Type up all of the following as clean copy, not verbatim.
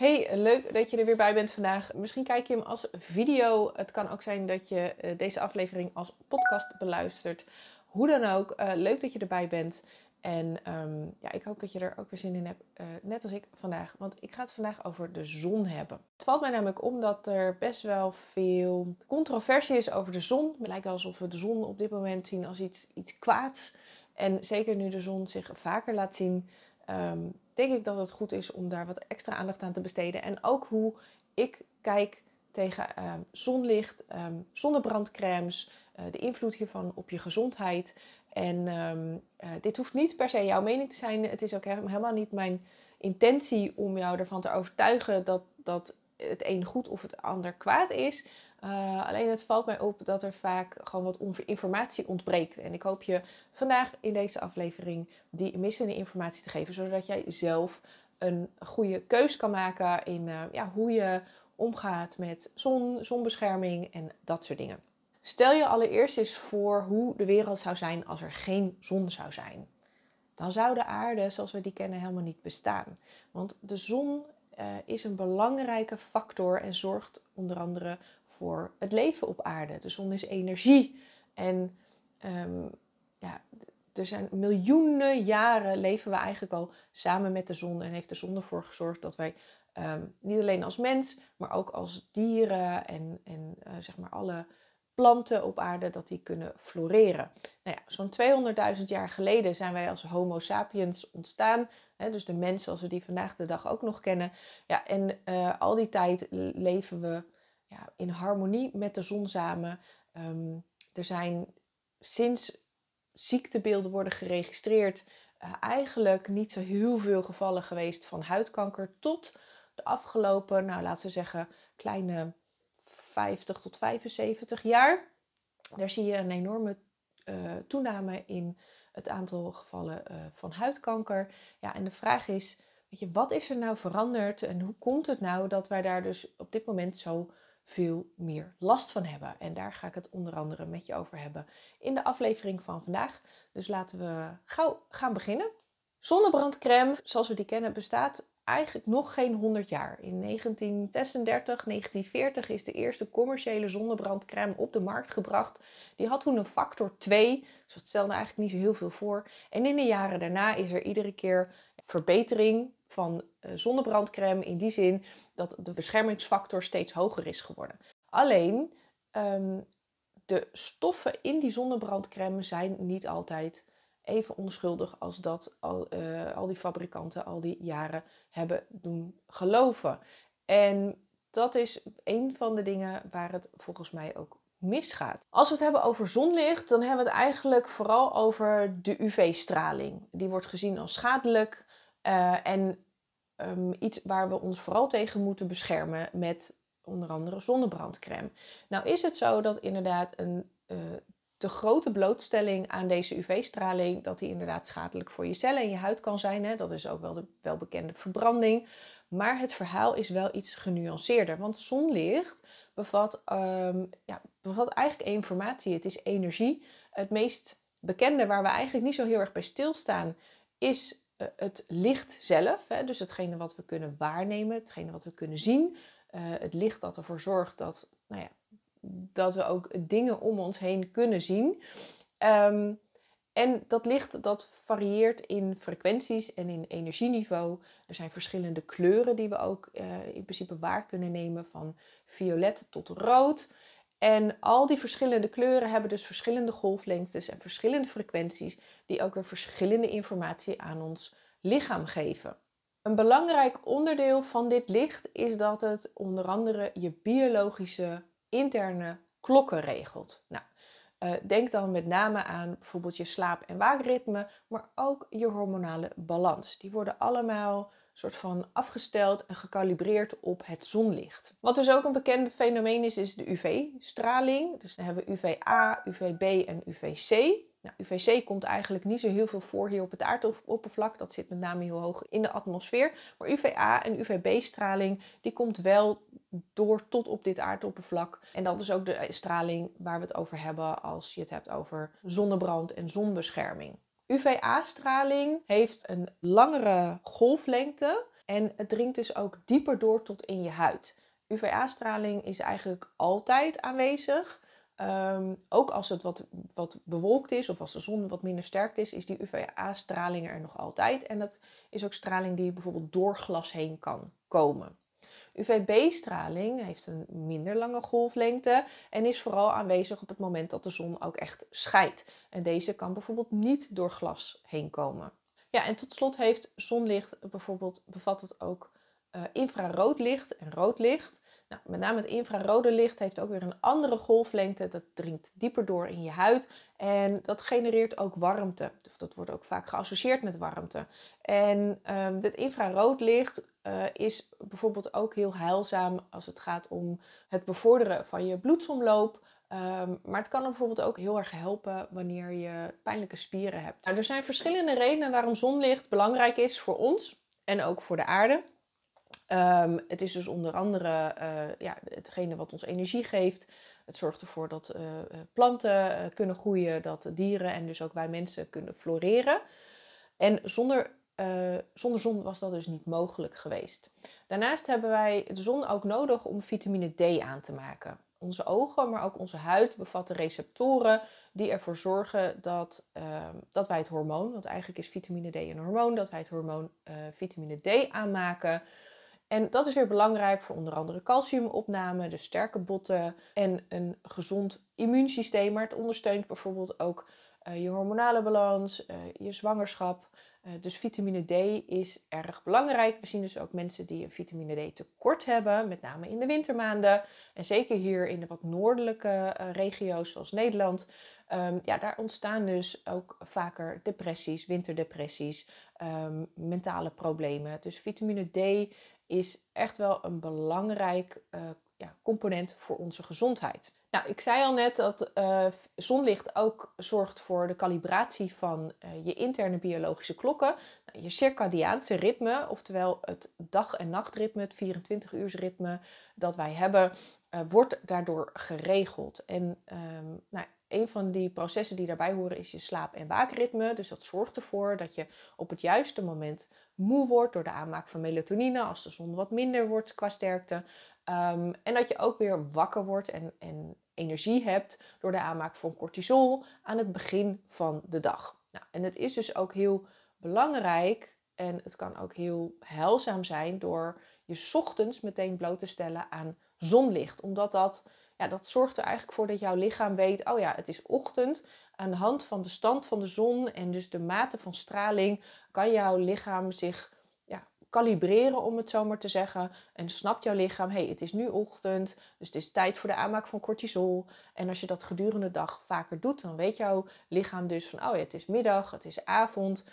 Hey, leuk dat je er weer bij bent vandaag. Misschien kijk je hem als video. Het kan ook zijn dat je deze aflevering als podcast beluistert. Hoe dan ook, leuk dat je erbij bent. En ik hoop dat je er ook weer zin in hebt, net als ik vandaag. Want ik ga het vandaag over de zon hebben. Het valt mij namelijk om dat er best wel veel controversie is over de zon. Het lijkt wel alsof we de zon op dit moment zien als iets kwaads. En zeker nu de zon zich vaker laat zien, denk ik dat het goed is om daar wat extra aandacht aan te besteden. En ook hoe ik kijk tegen zonlicht, zonnebrandcremes, de invloed hiervan op je gezondheid. En dit hoeft niet per se jouw mening te zijn. Het is ook helemaal niet mijn intentie om jou ervan te overtuigen dat het een goed of het ander kwaad is. Alleen het valt mij op dat er vaak gewoon wat informatie ontbreekt. En ik hoop je vandaag in deze aflevering die missende informatie te geven, zodat jij zelf een goede keus kan maken in hoe je omgaat met zonbescherming en dat soort dingen. Stel je allereerst eens voor hoe de wereld zou zijn als er geen zon zou zijn. Dan zou de aarde zoals we die kennen helemaal niet bestaan. Want de zon is een belangrijke factor en zorgt onder andere voor het leven op aarde. De zon is energie. En er zijn miljoenen jaren leven we eigenlijk al samen met de zon. En heeft de zon ervoor gezorgd dat wij niet alleen als mens, maar ook als dieren en zeg maar alle planten op aarde, dat die kunnen floreren. Nou ja, zo'n 200.000 jaar geleden zijn wij als Homo sapiens ontstaan. Hè, dus de mens zoals we die vandaag de dag ook nog kennen. Ja, en al die tijd leven we in harmonie met de zon samen. Er zijn sinds ziektebeelden worden geregistreerd eigenlijk niet zo heel veel gevallen geweest van huidkanker tot de afgelopen, laten we zeggen, kleine 50 tot 75 jaar. Daar zie je een enorme toename in het aantal gevallen van huidkanker. Ja, en de vraag is, wat is er nou veranderd en hoe komt het nou dat wij daar dus op dit moment zo veel meer last van hebben? En daar ga ik het onder andere met je over hebben in de aflevering van vandaag. Dus laten we gauw gaan beginnen. Zonnebrandcrème, zoals we die kennen, bestaat eigenlijk nog geen 100 jaar. In 1936, 1940 is de eerste commerciële zonnebrandcrème op de markt gebracht. Die had toen een factor 2, dus dat stelde eigenlijk niet zo heel veel voor. En in de jaren daarna is er iedere keer verbetering van zonnebrandcrème in die zin dat de beschermingsfactor steeds hoger is geworden. Alleen, de stoffen in die zonnebrandcrème zijn niet altijd even onschuldig als dat al die fabrikanten al die jaren hebben doen geloven. En dat is een van de dingen waar het volgens mij ook misgaat. Als we het hebben over zonlicht, dan hebben we het eigenlijk vooral over de UV-straling. Die wordt gezien als schadelijk en iets waar we ons vooral tegen moeten beschermen met onder andere zonnebrandcrème. Nou is het zo dat inderdaad een te grote blootstelling aan deze UV-straling, dat die inderdaad schadelijk voor je cellen en je huid kan zijn. Hè? Dat is ook wel de welbekende verbranding. Maar het verhaal is wel iets genuanceerder. Want zonlicht bevat eigenlijk informatie. Het is energie. Het meest bekende waar we eigenlijk niet zo heel erg bij stilstaan is het licht zelf. Hè? Dus hetgene wat we kunnen waarnemen, hetgene wat we kunnen zien. Het licht dat ervoor zorgt dat we ook dingen om ons heen kunnen zien. En dat licht dat varieert in frequenties en in energieniveau. Er zijn verschillende kleuren die we ook in principe waar kunnen nemen, van violet tot rood. En al die verschillende kleuren hebben dus verschillende golflengtes en verschillende frequenties die ook weer verschillende informatie aan ons lichaam geven. Een belangrijk onderdeel van dit licht is dat het onder andere je biologische interne klokken regelt. Nou, denk dan met name aan bijvoorbeeld je slaap- en waakritme, maar ook je hormonale balans. Die worden allemaal soort van afgesteld en gecalibreerd op het zonlicht. Wat dus ook een bekend fenomeen is de UV-straling. Dus dan hebben we UVA, UVB en UVC. Nou, UVC komt eigenlijk niet zo heel veel voor hier op het aardoppervlak. Dat zit met name heel hoog in de atmosfeer. Maar UVA en UVB-straling die komt wel door tot op dit aardoppervlak. En dat is ook de straling waar we het over hebben als je het hebt over zonnebrand en zonbescherming. UVA-straling heeft een langere golflengte En het dringt dus ook dieper door tot in je huid. UVA-straling is eigenlijk altijd aanwezig. Ook als het wat bewolkt is of als de zon wat minder sterk is die UVA-straling er nog altijd. En dat is ook straling die bijvoorbeeld door glas heen kan komen. UVB-straling heeft een minder lange golflengte en is vooral aanwezig op het moment dat de zon ook echt schijnt. En deze kan bijvoorbeeld niet door glas heen komen. Ja, en tot slot heeft zonlicht bevat het ook infrarood licht en rood licht. Nou, met name het infrarode licht heeft ook weer een andere golflengte. Dat dringt dieper door in je huid en dat genereert ook warmte. Dus dat wordt ook vaak geassocieerd met warmte. En dit infrarood licht is bijvoorbeeld ook heel heilzaam als het gaat om het bevorderen van je bloedsomloop. Maar het kan er bijvoorbeeld ook heel erg helpen wanneer je pijnlijke spieren hebt. Nou, er zijn verschillende redenen waarom zonlicht belangrijk is voor ons en ook voor de aarde. Het is dus onder andere hetgene wat ons energie geeft. Het zorgt ervoor dat planten kunnen groeien, dat dieren en dus ook wij mensen kunnen floreren. En zonder zon was dat dus niet mogelijk geweest. Daarnaast hebben wij de zon ook nodig om vitamine D aan te maken. Onze ogen, maar ook onze huid bevatten receptoren die ervoor zorgen dat wij het hormoon, want eigenlijk is vitamine D een hormoon, dat wij het hormoon vitamine D aanmaken. En dat is weer belangrijk voor onder andere calciumopname, dus sterke botten en een gezond immuunsysteem. Maar het ondersteunt bijvoorbeeld ook je hormonale balans, je zwangerschap. Dus vitamine D is erg belangrijk. We zien dus ook mensen die een vitamine D tekort hebben, met name in de wintermaanden. En zeker hier in de wat noordelijke regio's zoals Nederland. Daar ontstaan dus ook vaker depressies, winterdepressies, mentale problemen. Dus vitamine D is echt wel een belangrijk component voor onze gezondheid. Nou, ik zei al net dat zonlicht ook zorgt voor de kalibratie van je interne biologische klokken. Nou, je circadiaanse ritme, oftewel het dag- en nachtritme, het 24-uursritme dat wij hebben, wordt daardoor geregeld. En een van die processen die daarbij horen is je slaap- en waakritme. Dus dat zorgt ervoor dat je op het juiste moment moe wordt door de aanmaak van melatonine als de zon wat minder wordt qua sterkte. En dat je ook weer wakker wordt en energie hebt door de aanmaak van cortisol aan het begin van de dag. Nou, en het is dus ook heel belangrijk en het kan ook heel heilzaam zijn door je 's ochtends meteen bloot te stellen aan zonlicht. Omdat dat zorgt er eigenlijk voor dat jouw lichaam weet, oh ja, het is ochtend. Aan de hand van de stand van de zon en dus de mate van straling kan jouw lichaam zich kalibreren, om het zo maar te zeggen. En snapt jouw lichaam, hey, het is nu ochtend, dus het is tijd voor de aanmaak van cortisol. En als je dat gedurende de dag vaker doet, dan weet jouw lichaam dus van, oh ja, het is middag, het is avond.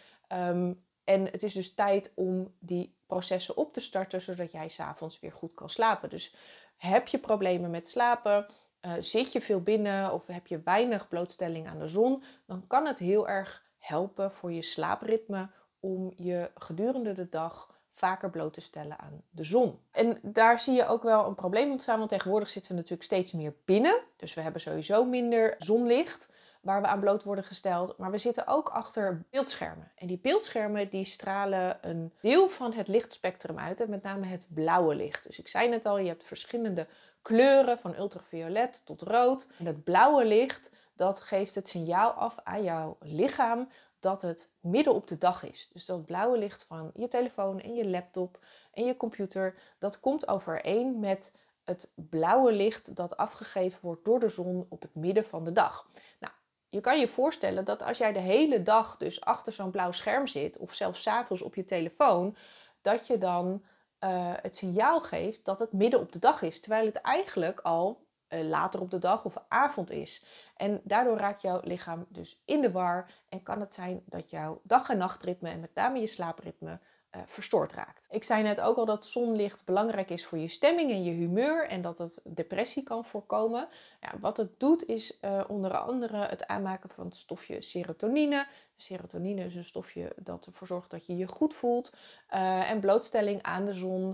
En het is dus tijd om die processen op te starten, zodat jij 's avonds weer goed kan slapen. Dus heb je problemen met slapen, zit je veel binnen of heb je weinig blootstelling aan de zon, dan kan het heel erg helpen voor je slaapritme om je gedurende de dag vaker bloot te stellen aan de zon. En daar zie je ook wel een probleem ontstaan, want tegenwoordig zitten we natuurlijk steeds meer binnen. Dus we hebben sowieso minder zonlicht waar we aan bloot worden gesteld. Maar we zitten ook achter beeldschermen. En die beeldschermen die stralen een deel van het lichtspectrum uit, en met name het blauwe licht. Dus ik zei net al, je hebt verschillende kleuren van ultraviolet tot rood. En dat blauwe licht, dat geeft het signaal af aan jouw lichaam dat het midden op de dag is. Dus dat blauwe licht van je telefoon en je laptop en je computer, dat komt overeen met het blauwe licht dat afgegeven wordt door de zon op het midden van de dag. Nou, je kan je voorstellen dat als jij de hele dag dus achter zo'n blauw scherm zit, of zelfs 's avonds op je telefoon, dat je dan het signaal geeft dat het midden op de dag is, terwijl het eigenlijk al later op de dag of avond is. En daardoor raakt jouw lichaam dus in de war en kan het zijn dat jouw dag- en nachtritme en met name je slaapritme verstoord raakt. Ik zei net ook al dat zonlicht belangrijk is voor je stemming en je humeur en dat het depressie kan voorkomen. Ja, wat het doet is onder andere het aanmaken van het stofje serotonine. Serotonine is een stofje dat ervoor zorgt dat je je goed voelt. En blootstelling aan de zon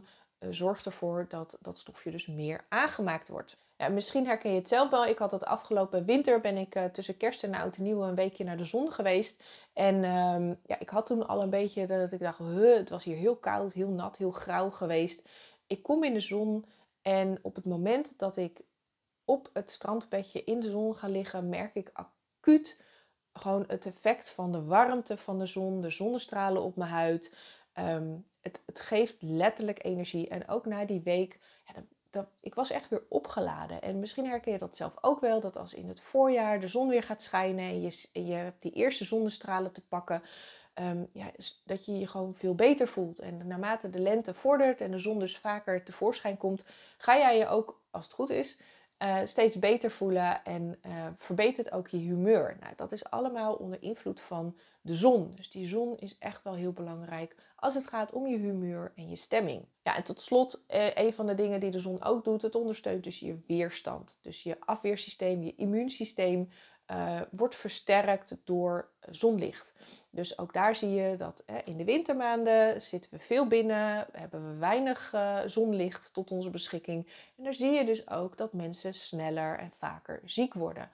zorgt ervoor dat dat stofje dus meer aangemaakt wordt. Ja, misschien herken je het zelf wel. Ik had dat afgelopen winter, ben ik tussen kerst en oud en nieuw een weekje naar de zon geweest. En ja, ik had toen al een beetje dat ik dacht, het was hier heel koud, heel nat, heel grauw geweest. Ik kom in de zon en op het moment dat ik op het strandbedje in de zon ga liggen, merk ik acuut gewoon het effect van de warmte van de zon, de zonnestralen op mijn huid. Het geeft letterlijk energie. En ook na die week, ja, ik was echt weer opgeladen. En misschien herken je dat zelf ook wel, dat als in het voorjaar de zon weer gaat schijnen en je hebt die eerste zonnestralen te pakken, ja, dat je je gewoon veel beter voelt. En naarmate de lente vordert en de zon dus vaker tevoorschijn komt, ga jij je ook, als het goed is, steeds beter voelen en verbetert ook je humeur. Nou, dat is allemaal onder invloed van de zon. Dus die zon is echt wel heel belangrijk als het gaat om je humeur en je stemming. Ja, en tot slot, een van de dingen die de zon ook doet, het ondersteunt dus je weerstand. Dus je afweersysteem, je immuunsysteem wordt versterkt door zonlicht. Dus ook daar zie je dat in de wintermaanden zitten we veel binnen, hebben we weinig zonlicht tot onze beschikking. En daar zie je dus ook dat mensen sneller en vaker ziek worden.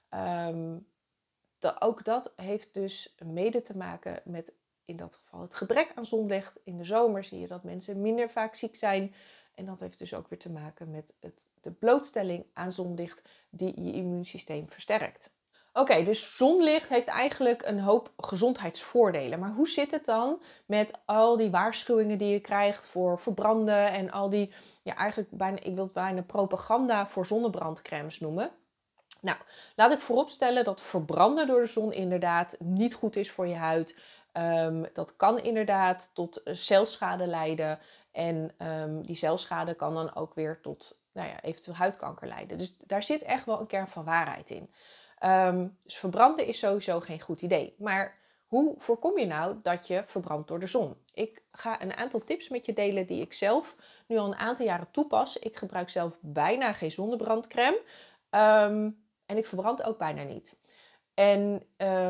Ook dat heeft dus mede te maken met in dat geval het gebrek aan zonlicht. In de zomer zie je dat mensen minder vaak ziek zijn. En dat heeft dus ook weer te maken met de blootstelling aan zonlicht die je immuunsysteem versterkt. Oké, dus zonlicht heeft eigenlijk een hoop gezondheidsvoordelen. Maar hoe zit het dan met al die waarschuwingen die je krijgt voor verbranden en al die, ja, eigenlijk bijna, ik wil het bijna propaganda voor zonnebrandcremes noemen. Nou, laat ik vooropstellen dat verbranden door de zon inderdaad niet goed is voor je huid. Dat kan inderdaad tot celschade leiden. En die celschade kan dan ook weer tot eventueel huidkanker leiden. Dus daar zit echt wel een kern van waarheid in. Dus verbranden is sowieso geen goed idee. Maar hoe voorkom je nou dat je verbrandt door de zon? Ik ga een aantal tips met je delen die ik zelf nu al een aantal jaren toepas. Ik gebruik zelf bijna geen zonnebrandcrème. En ik verbrand ook bijna niet. En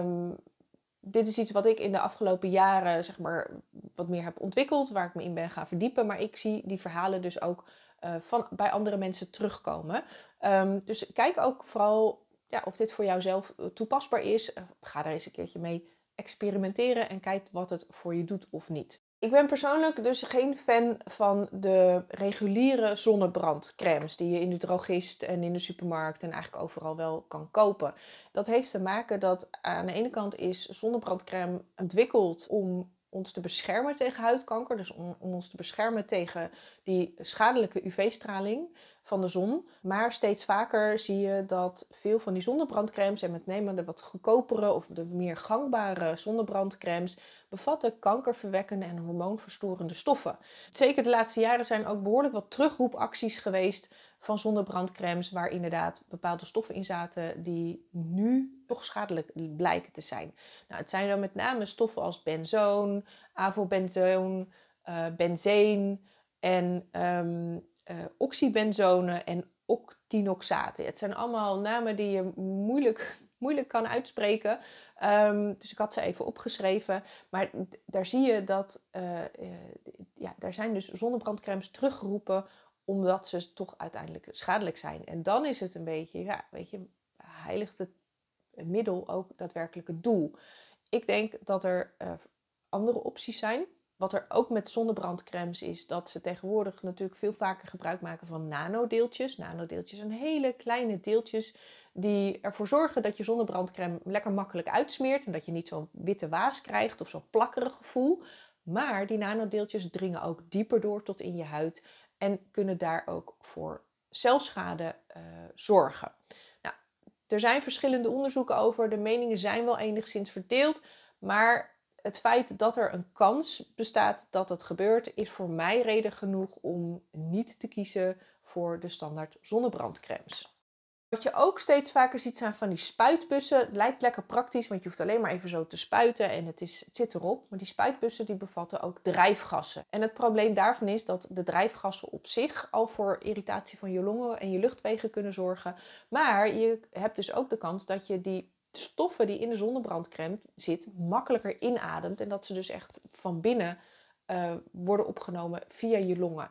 dit is iets wat ik in de afgelopen jaren zeg maar wat meer heb ontwikkeld, waar ik me in ben gaan verdiepen. Maar ik zie die verhalen dus ook bij andere mensen terugkomen. Dus kijk ook vooral of dit voor jou zelf toepasbaar is. Ga daar eens een keertje mee experimenteren en kijk wat het voor je doet of niet. Ik ben persoonlijk dus geen fan van de reguliere zonnebrandcremes die je in de drogist en in de supermarkt en eigenlijk overal wel kan kopen. Dat heeft te maken dat aan de ene kant is zonnebrandcrème ontwikkeld om ons te beschermen tegen huidkanker. Dus om ons te beschermen tegen die schadelijke UV-straling van de zon. Maar steeds vaker zie je dat veel van die zonnebrandcremes, en met name de wat goedkopere of de meer gangbare zonnebrandcremes, bevatten kankerverwekkende en hormoonverstorende stoffen. Zeker de laatste jaren zijn ook behoorlijk wat terugroepacties geweest van zonnebrandcremes waar inderdaad bepaalde stoffen in zaten die nu toch schadelijk blijken te zijn. Nou, het zijn dan met name stoffen als benzoon, avobenzoon, benzeen en oxybenzone en octinoxaten. Het zijn allemaal namen die je moeilijk kan uitspreken. Dus ik had ze even opgeschreven. Maar daar zie je dat daar zijn dus zonnebrandcremes teruggeroepen omdat ze toch uiteindelijk schadelijk zijn. En dan is het een beetje, heiligt het middel ook daadwerkelijk het doel? Ik denk dat er andere opties zijn. Wat er ook met zonnebrandcremes is, dat ze tegenwoordig natuurlijk veel vaker gebruik maken van nanodeeltjes. Nanodeeltjes zijn hele kleine deeltjes die ervoor zorgen dat je zonnebrandcrème lekker makkelijk uitsmeert en dat je niet zo'n witte waas krijgt of zo'n plakkerig gevoel. Maar die nanodeeltjes dringen ook dieper door tot in je huid en kunnen daar ook voor celschade zorgen. Nou, er zijn verschillende onderzoeken over, de meningen zijn wel enigszins verdeeld, maar het feit dat er een kans bestaat dat het gebeurt, is voor mij reden genoeg om niet te kiezen voor de standaard zonnebrandcremes. Wat je ook steeds vaker ziet zijn van die spuitbussen. Het lijkt lekker praktisch, want je hoeft alleen maar even zo te spuiten en het zit erop. Maar die spuitbussen die bevatten ook drijfgassen. En het probleem daarvan is dat de drijfgassen op zich al voor irritatie van je longen en je luchtwegen kunnen zorgen. Maar je hebt dus ook de kans dat je die stoffen die in de zonnebrandcrème zit makkelijker inademt. En dat ze dus echt van binnen worden opgenomen via je longen. Nou,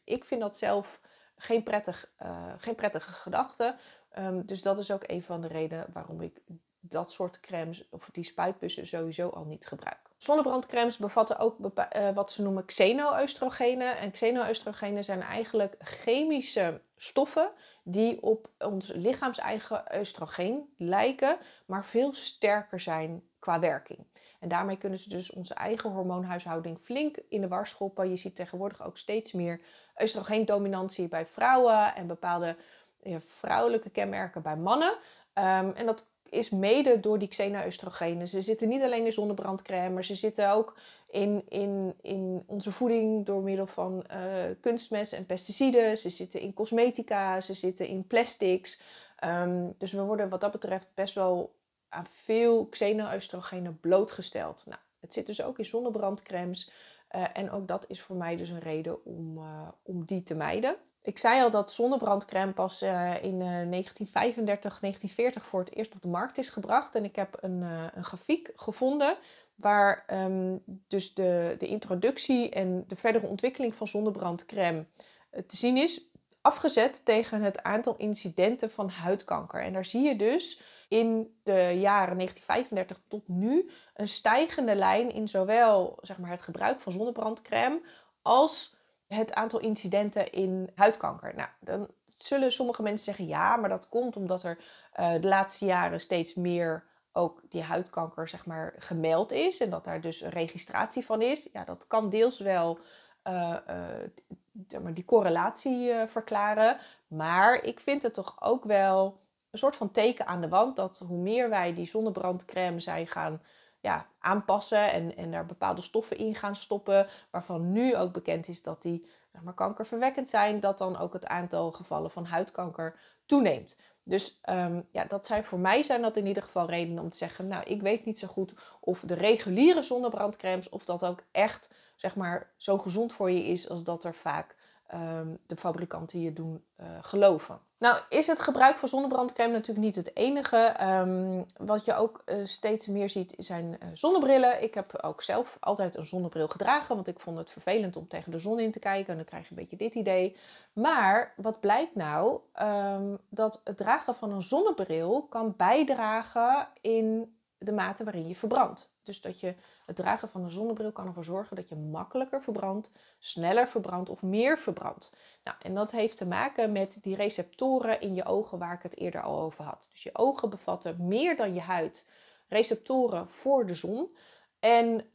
ik vind dat zelf geen prettige gedachte. Dus dat is ook een van de redenen waarom ik dat soort crèmes of die spuitbussen sowieso al niet gebruik. Zonnebrandcremes bevatten ook wat ze noemen xeno-oestrogenen. En xeno-oestrogenen zijn eigenlijk chemische stoffen die op ons lichaams-eigen oestrogeen lijken, maar veel sterker zijn qua werking. En daarmee kunnen ze dus onze eigen hormoonhuishouding flink in de war schoppen. Je ziet tegenwoordig ook steeds meer oestrogeendominantie bij vrouwen en bepaalde vrouwelijke kenmerken bij mannen. En dat is mede door die xeno-oestrogenen. Ze zitten niet alleen in zonnebrandcrème, maar ze zitten ook in onze voeding door middel van kunstmest en pesticiden. Ze zitten in cosmetica, ze zitten in plastics. Dus we worden wat dat betreft best wel aan veel xeno-oestrogenen blootgesteld. Nou, het zit dus ook in zonnebrandcremes. En ook dat is voor mij dus een reden om die te mijden. Ik zei al dat zonnebrandcrème pas in 1935, 1940 voor het eerst op de markt is gebracht. En ik heb een grafiek gevonden waar dus de introductie en de verdere ontwikkeling van zonnebrandcrème te zien is. Afgezet tegen het aantal incidenten van huidkanker. En daar zie je dus in de jaren 1935 tot nu een stijgende lijn in zowel zeg maar, het gebruik van zonnebrandcrème als het aantal incidenten in huidkanker. Nou, dan zullen sommige mensen zeggen, ja, maar dat komt omdat er de laatste jaren steeds meer ook die huidkanker zeg maar, gemeld is en dat daar dus een registratie van is. Ja, dat kan deels wel die correlatie verklaren. Maar ik vind het toch ook wel een soort van teken aan de wand dat hoe meer wij die zonnebrandcrème zijn gaan aanpassen en daar bepaalde stoffen in gaan stoppen, waarvan nu ook bekend is dat die zeg maar, kankerverwekkend zijn, dat dan ook het aantal gevallen van huidkanker toeneemt. Dus voor mij zijn dat in ieder geval redenen om te zeggen, nou, ik weet niet zo goed of de reguliere zonnebrandcremes, of dat ook echt zeg maar, zo gezond voor je is als dat er vaak de fabrikanten je doen geloven. Nou is het gebruik van zonnebrandcrème natuurlijk niet het enige. Wat je ook steeds meer ziet zijn zonnebrillen. Ik heb ook zelf altijd een zonnebril gedragen, want ik vond het vervelend om tegen de zon in te kijken. En dan krijg je een beetje dit idee. Maar wat blijkt nou? Dat het dragen van een zonnebril kan bijdragen in de mate waarin je verbrandt. Dus dat het dragen van een zonnebril kan ervoor zorgen dat je makkelijker verbrandt, sneller verbrandt of meer verbrandt. Nou, en dat heeft te maken met die receptoren in je ogen waar ik het eerder al over had. Dus je ogen bevatten meer dan je huid receptoren voor de zon. En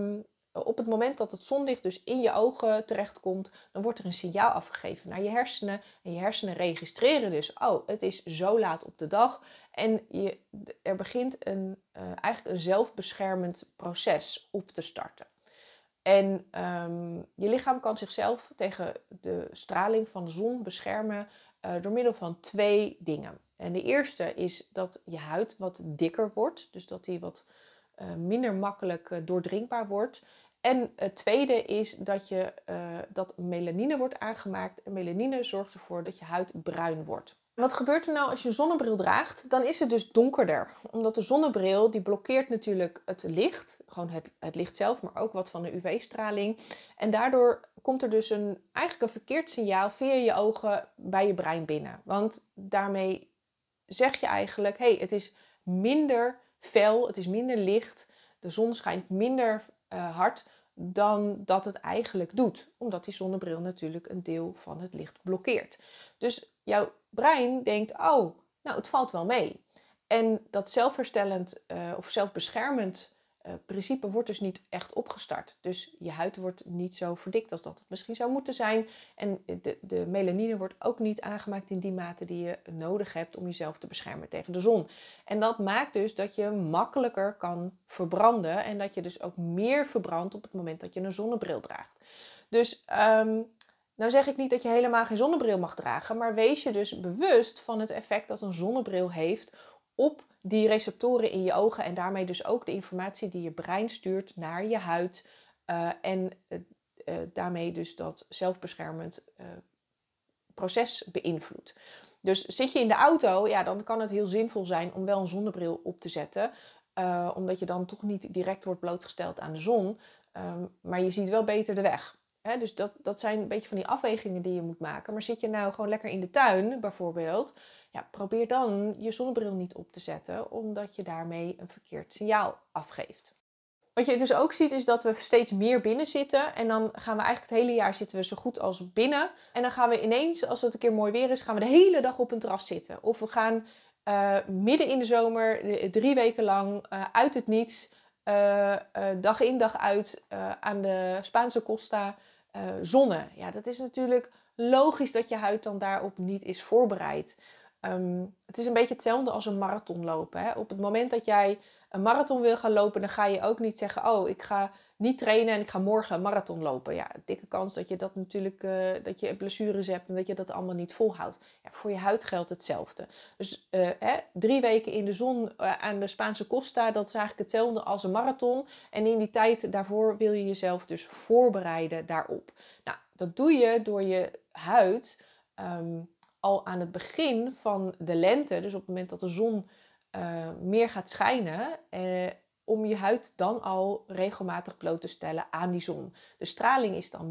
op het moment dat het zonlicht dus in je ogen terechtkomt, dan wordt er een signaal afgegeven naar je hersenen. En je hersenen registreren dus, oh, het is zo laat op de dag. En er begint eigenlijk een zelfbeschermend proces op te starten. En je lichaam kan zichzelf tegen de straling van de zon beschermen door middel van 2 dingen. En de eerste is dat je huid wat dikker wordt. Dus dat die wat minder makkelijk doordringbaar wordt. En het tweede is dat melanine wordt aangemaakt. En melanine zorgt ervoor dat je huid bruin wordt. Wat gebeurt er nou als je een zonnebril draagt? Dan is het dus donkerder. Omdat de zonnebril die blokkeert natuurlijk het licht. Gewoon het licht zelf, maar ook wat van de UV-straling. En daardoor komt er dus eigenlijk een verkeerd signaal via je ogen bij je brein binnen. Want daarmee zeg je eigenlijk, hey, het is minder fel, het is minder licht. De zon schijnt minder hard dan dat het eigenlijk doet. Omdat die zonnebril natuurlijk een deel van het licht blokkeert. Dus jouw brein denkt, oh, nou het valt wel mee. En dat zelfherstellend of zelfbeschermend principe wordt dus niet echt opgestart. Dus je huid wordt niet zo verdikt als dat het misschien zou moeten zijn. En de melanine wordt ook niet aangemaakt in die mate die je nodig hebt om jezelf te beschermen tegen de zon. En dat maakt dus dat je makkelijker kan verbranden. En dat je dus ook meer verbrandt op het moment dat je een zonnebril draagt. Dus nou zeg ik niet dat je helemaal geen zonnebril mag dragen. Maar wees je dus bewust van het effect dat een zonnebril heeft op die receptoren in je ogen. En daarmee dus ook de informatie die je brein stuurt naar je huid. En daarmee dus dat zelfbeschermend proces beïnvloedt. Dus zit je in de auto, ja, dan kan het heel zinvol zijn om wel een zonnebril op te zetten. Omdat je dan toch niet direct wordt blootgesteld aan de zon. Maar je ziet wel beter de weg. Dus dat zijn een beetje van die afwegingen die je moet maken. Maar zit je nou gewoon lekker in de tuin bijvoorbeeld, ja, probeer dan je zonnebril niet op te zetten, omdat je daarmee een verkeerd signaal afgeeft. Wat je dus ook ziet is dat we steeds meer binnen zitten. En dan gaan we eigenlijk het hele jaar zitten we zo goed als binnen. En dan gaan we ineens, als het een keer mooi weer is, gaan we de hele dag op een terras zitten. Of we gaan midden in de zomer 3 weken lang uit het niets, dag in dag uit aan de Spaanse Costa zonnen. Ja, dat is natuurlijk logisch dat je huid dan daarop niet is voorbereid. Het is een beetje hetzelfde als een marathon lopen. Hè? Op het moment dat jij een marathon wil gaan lopen, dan ga je ook niet zeggen, oh, ik ga niet trainen en ik ga morgen een marathon lopen. Ja, dikke kans dat je dat natuurlijk, dat je blessures hebt en dat je dat allemaal niet volhoudt. Ja, voor je huid geldt hetzelfde. Dus 3 weken in de zon aan de Spaanse Costa, dat is eigenlijk hetzelfde als een marathon. En in die tijd daarvoor wil je jezelf dus voorbereiden daarop. Nou, dat doe je door je huid al aan het begin van de lente, dus op het moment dat de zon meer gaat schijnen, om je huid dan al regelmatig bloot te stellen aan die zon. De straling is dan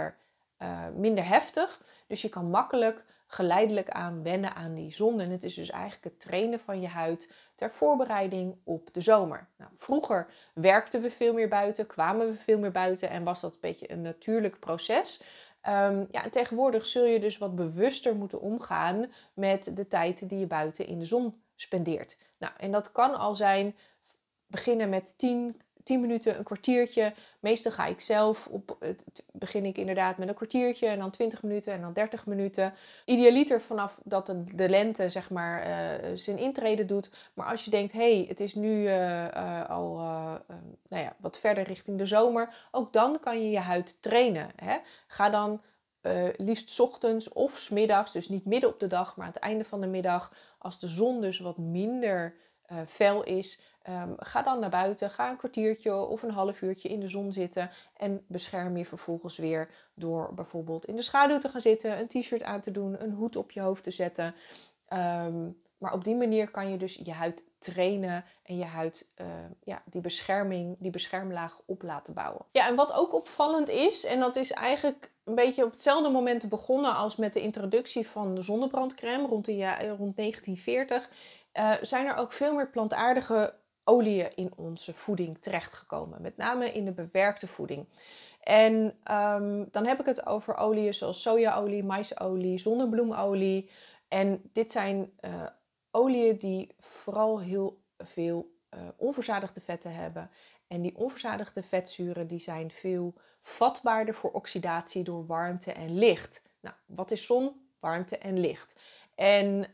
minder heftig, dus je kan makkelijk geleidelijk aan wennen aan die zon. En het is dus eigenlijk het trainen van je huid ter voorbereiding op de zomer. Nou, vroeger werkten we veel meer buiten, kwamen we veel meer buiten en was dat een beetje een natuurlijk proces. Ja, en tegenwoordig zul je dus wat bewuster moeten omgaan met de tijd die je buiten in de zon spendeert. Nou, en dat kan al zijn beginnen met 10 minuten, een kwartiertje. Meestal ga ik zelf begin ik inderdaad met een kwartiertje en dan 20 minuten en dan 30 minuten. Idealiter vanaf dat de lente zeg maar zijn intrede doet. Maar als je denkt, hey, het is nu al nou ja, wat verder richting de zomer, ook dan kan je je huid trainen. Hè? Ga dan liefst 's ochtends of 's middags, dus niet midden op de dag, maar aan het einde van de middag, als de zon dus wat minder fel is, ga dan naar buiten, ga een kwartiertje of een half uurtje in de zon zitten en bescherm je vervolgens weer door bijvoorbeeld in de schaduw te gaan zitten, een t-shirt aan te doen, een hoed op je hoofd te zetten. Maar op die manier kan je dus je huid trainen en je huid ja, die beschermlaag op laten bouwen. Ja, en wat ook opvallend is, en dat is eigenlijk een beetje op hetzelfde moment begonnen als met de introductie van de zonnebrandcrème rond 1940, zijn er ook veel meer plantaardige oliën in onze voeding terechtgekomen. Met name in de bewerkte voeding. En dan heb ik het over oliën zoals sojaolie, maisolie, zonnebloemolie. En dit zijn oliën die vooral heel veel onverzadigde vetten hebben. En die onverzadigde vetzuren die zijn veel vatbaarder voor oxidatie door warmte en licht. Nou, wat is zon? Warmte en licht. En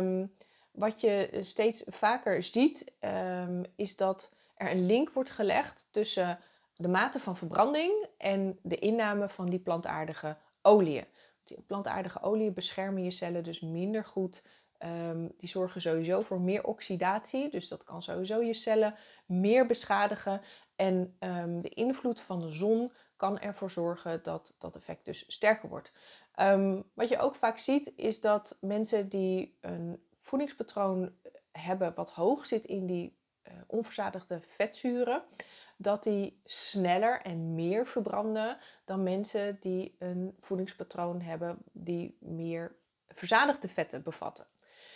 wat je steeds vaker ziet, is dat er een link wordt gelegd tussen de mate van verbranding en de inname van die plantaardige oliën. Die plantaardige oliën beschermen je cellen dus minder goed. Die zorgen sowieso voor meer oxidatie, dus dat kan sowieso je cellen meer beschadigen. En de invloed van de zon kan ervoor zorgen dat dat effect dus sterker wordt. Wat je ook vaak ziet is dat mensen die een voedingspatroon hebben wat hoog zit in die onverzadigde vetzuren, dat die sneller en meer verbranden dan mensen die een voedingspatroon hebben die meer verzadigde vetten bevatten.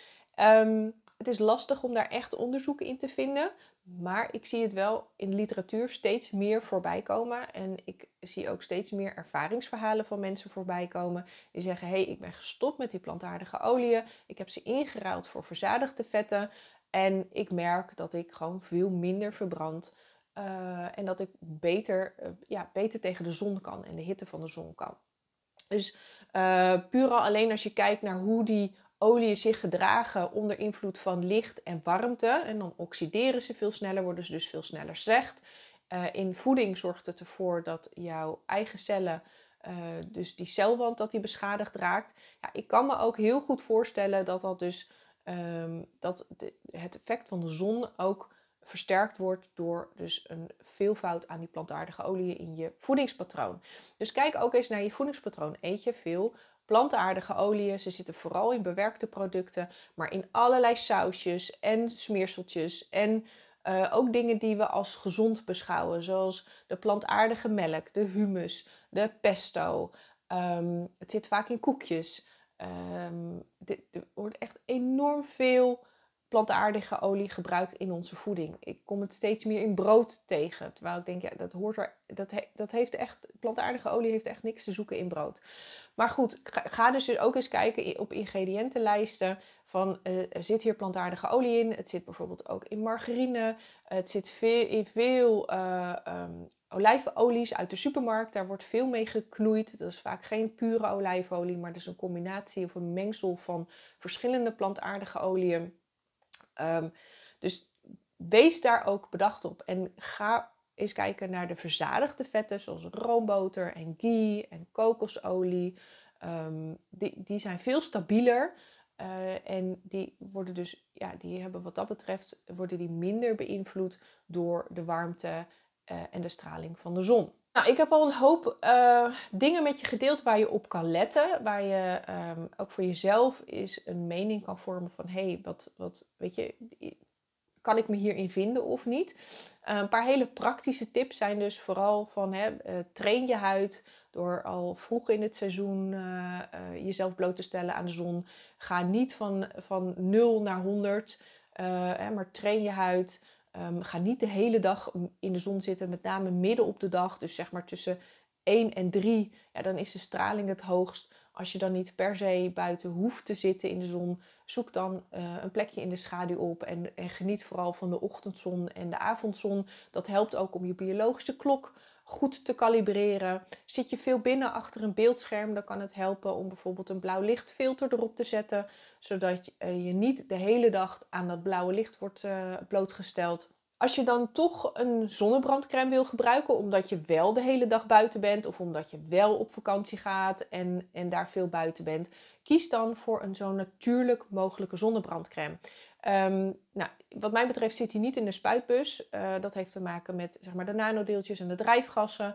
Het is lastig om daar echt onderzoek in te vinden, maar ik zie het wel in de literatuur steeds meer voorbij komen. En ik zie ook steeds meer ervaringsverhalen van mensen voorbij komen die zeggen, hey, ik ben gestopt met die plantaardige oliën. Ik heb ze ingeruild voor verzadigde vetten. En ik merk dat ik gewoon veel minder verbrand. En dat ik beter tegen de zon kan en de hitte van de zon kan. Dus puur al alleen als je kijkt naar hoe die oliën zich gedragen onder invloed van licht en warmte. En dan oxideren ze veel sneller, worden ze dus veel sneller slecht. In voeding zorgt het ervoor dat jouw eigen cellen, dus die celwand, dat die beschadigd raakt. Ja, ik kan me ook heel goed voorstellen dat dus het effect van de zon ook versterkt wordt door dus een veelvoud aan die plantaardige oliën in je voedingspatroon. Dus kijk ook eens naar je voedingspatroon. Eet je veel plantaardige oliën? Ze zitten vooral in bewerkte producten, maar in allerlei sausjes en smeerseltjes en Ook dingen die we als gezond beschouwen, zoals de plantaardige melk, de hummus, de pesto. Het zit vaak in koekjes. Er wordt echt enorm veel plantaardige olie gebruikt in onze voeding. Ik kom het steeds meer in brood tegen. Terwijl ik denk, ja, dat hoort er. Dat heeft echt. Plantaardige olie heeft echt niks te zoeken in brood. Maar goed, ga dus ook eens kijken op ingrediëntenlijsten. Van zit hier plantaardige olie in? Het zit bijvoorbeeld ook in margarine. Het zit in veel olijfolies uit de supermarkt. Daar wordt veel mee geknoeid. Dat is vaak geen pure olijfolie, maar dat is een combinatie of een mengsel van verschillende plantaardige oliën. Dus wees daar ook bedacht op. En ga eens kijken naar de verzadigde vetten, zoals roomboter en ghee en kokosolie. Die zijn veel stabieler. En die worden dus, ja, die hebben wat dat betreft, worden die minder beïnvloed door de warmte en de straling van de zon. Nou, ik heb al een hoop dingen met je gedeeld waar je op kan letten. Waar je ook voor jezelf eens een mening kan vormen van, hé, wat weet je, kan ik me hierin vinden of niet? Een paar hele praktische tips zijn dus vooral van train je huid door al vroeg in het seizoen jezelf bloot te stellen aan de zon. Ga niet van 0 naar 100, maar train je huid. Ga niet de hele dag in de zon zitten, met name midden op de dag. Dus zeg maar tussen 1 en 3, ja, dan is de straling het hoogst. Als je dan niet per se buiten hoeft te zitten in de zon, zoek dan een plekje in de schaduw op en geniet vooral van de ochtendzon en de avondzon. Dat helpt ook om je biologische klok goed te kalibreren. Zit je veel binnen achter een beeldscherm, dan kan het helpen om bijvoorbeeld een blauw lichtfilter erop te zetten, zodat je niet de hele dag aan dat blauwe licht wordt blootgesteld. Als je dan toch een zonnebrandcrème wil gebruiken, omdat je wel de hele dag buiten bent of omdat je wel op vakantie gaat en daar veel buiten bent, kies dan voor een zo natuurlijk mogelijke zonnebrandcrème. Nou, wat mij betreft zit hij niet in de spuitbus. Dat heeft te maken met zeg maar, de nanodeeltjes en de drijfgassen.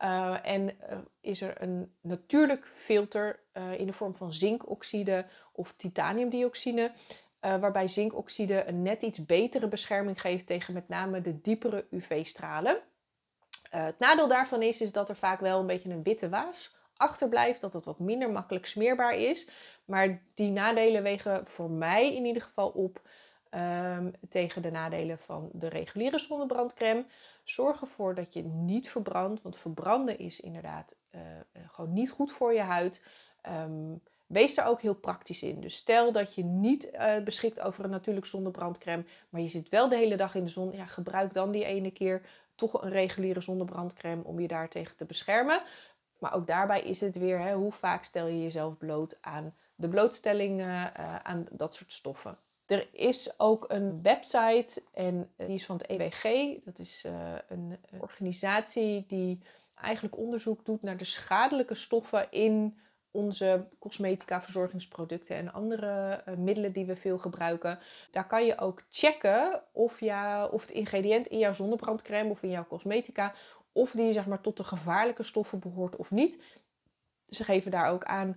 Is er een natuurlijk filter in de vorm van zinkoxide of titaniumdioxine. Waarbij zinkoxide een net iets betere bescherming geeft tegen met name de diepere UV-stralen. Het nadeel daarvan is dat er vaak wel een beetje een witte waas achterblijft, dat het wat minder makkelijk smeerbaar is. Maar die nadelen wegen voor mij in ieder geval op tegen de nadelen van de reguliere zonnebrandcrème. Zorg ervoor dat je niet verbrandt, want verbranden is inderdaad gewoon niet goed voor je huid. Wees daar ook heel praktisch in. Dus stel dat je niet beschikt over een natuurlijk zonnebrandcrème, maar je zit wel de hele dag in de zon. Ja, gebruik dan die ene keer toch een reguliere zonnebrandcrème om je daartegen te beschermen. Maar ook daarbij is het weer, hoe vaak stel je jezelf bloot aan de blootstelling aan dat soort stoffen. Er is ook een website en die is van het EWG. Dat is een organisatie die eigenlijk onderzoek doet naar de schadelijke stoffen in onze cosmetica, verzorgingsproducten en andere middelen die we veel gebruiken. Daar kan je ook checken of het ingrediënt in jouw zonnebrandcrème of in jouw cosmetica, of die zeg maar tot de gevaarlijke stoffen behoort of niet. Ze geven daar ook aan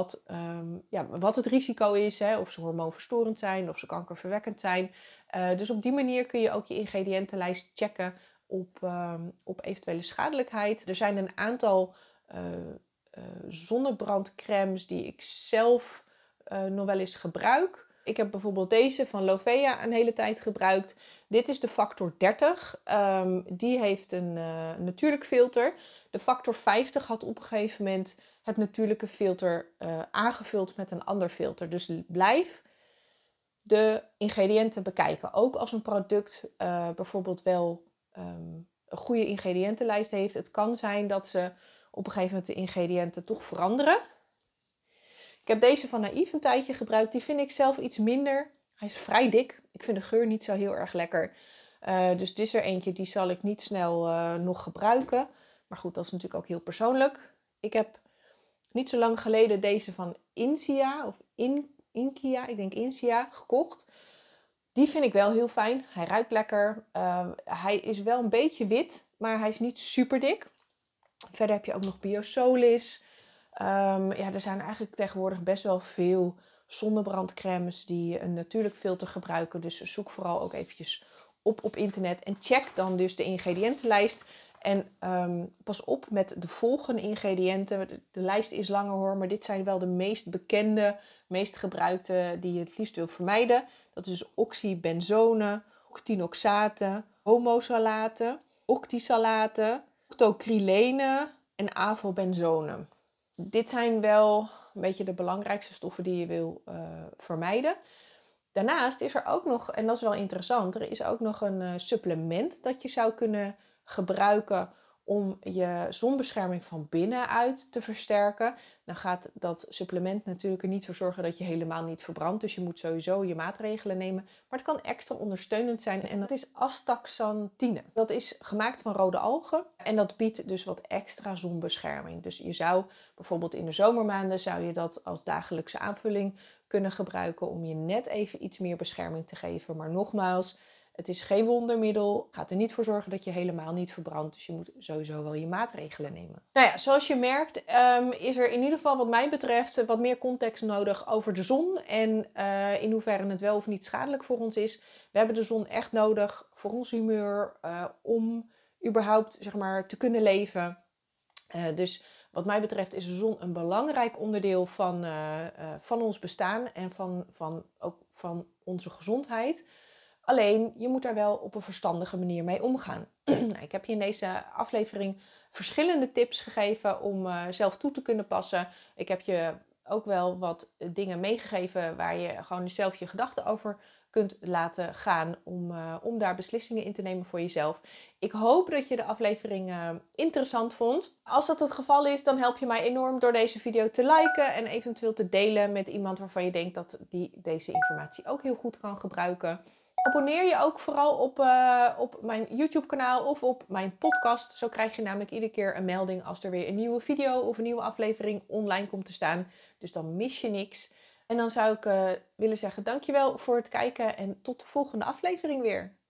wat het risico is, of ze hormoonverstorend zijn, of ze kankerverwekkend zijn. Dus op die manier kun je ook je ingrediëntenlijst checken op eventuele schadelijkheid. Er zijn een aantal zonnebrandcremes die ik zelf nog wel eens gebruik. Ik heb bijvoorbeeld deze van Lovea een hele tijd gebruikt. Dit is de factor 30. Die heeft een natuurlijk filter. De factor 50 had op een gegeven moment het natuurlijke filter aangevuld met een ander filter. Dus blijf de ingrediënten bekijken. Ook als een product bijvoorbeeld wel een goede ingrediëntenlijst heeft. Het kan zijn dat ze op een gegeven moment de ingrediënten toch veranderen. Ik heb deze van Naïef een tijdje gebruikt. Die vind ik zelf iets minder. Hij is vrij dik. Ik vind de geur niet zo heel erg lekker. Dus dit is er eentje, die zal ik niet snel nog gebruiken. Maar goed, dat is natuurlijk ook heel persoonlijk. Ik heb niet zo lang geleden deze van Insia of Inkia, ik denk Insia, gekocht. Die vind ik wel heel fijn. Hij ruikt lekker. Hij is wel een beetje wit, maar hij is niet super dik. Verder heb je ook nog Biosolis. Er zijn eigenlijk tegenwoordig best wel veel zonnebrandcremes die een natuurlijk filter gebruiken. Dus zoek vooral ook eventjes op internet en check dan dus de ingrediëntenlijst. En pas op met de volgende ingrediënten. De lijst is langer hoor, maar dit zijn wel de meest bekende, meest gebruikte die je het liefst wil vermijden. Dat is dus oxybenzone, octinoxaten, homosalaten, octisalaten, octocrylene en avobenzone. Dit zijn wel een beetje de belangrijkste stoffen die je wil vermijden. Daarnaast is er ook nog, en dat is wel interessant, er is ook nog een supplement dat je zou kunnen gebruiken om je zonbescherming van binnenuit te versterken. Dan gaat dat supplement natuurlijk er niet voor zorgen dat je helemaal niet verbrandt. Dus je moet sowieso je maatregelen nemen. Maar het kan extra ondersteunend zijn en dat is astaxanthine. Dat is gemaakt van rode algen en dat biedt dus wat extra zonbescherming. Dus je zou bijvoorbeeld in de zomermaanden zou je dat als dagelijkse aanvulling kunnen gebruiken om je net even iets meer bescherming te geven. Maar nogmaals, het is geen wondermiddel. Het gaat er niet voor zorgen dat je helemaal niet verbrandt. Dus je moet sowieso wel je maatregelen nemen. Nou ja, zoals je merkt is er in ieder geval wat mij betreft wat meer context nodig over de zon. En in hoeverre het wel of niet schadelijk voor ons is. We hebben de zon echt nodig voor ons humeur. Om überhaupt zeg maar, te kunnen leven. Dus wat mij betreft is de zon een belangrijk onderdeel van ons bestaan. En ook van onze gezondheid. Alleen, je moet daar wel op een verstandige manier mee omgaan. Nou, ik heb je in deze aflevering verschillende tips gegeven om zelf toe te kunnen passen. Ik heb je ook wel wat dingen meegegeven waar je gewoon zelf je gedachten over kunt laten gaan om daar beslissingen in te nemen voor jezelf. Ik hoop dat je de aflevering interessant vond. Als dat het geval is, dan help je mij enorm door deze video te liken en eventueel te delen met iemand waarvan je denkt dat die deze informatie ook heel goed kan gebruiken. Abonneer je ook vooral op mijn YouTube kanaal of op mijn podcast. Zo krijg je namelijk iedere keer een melding als er weer een nieuwe video of een nieuwe aflevering online komt te staan. Dus dan mis je niks. En dan zou ik willen zeggen dankjewel voor het kijken en tot de volgende aflevering weer.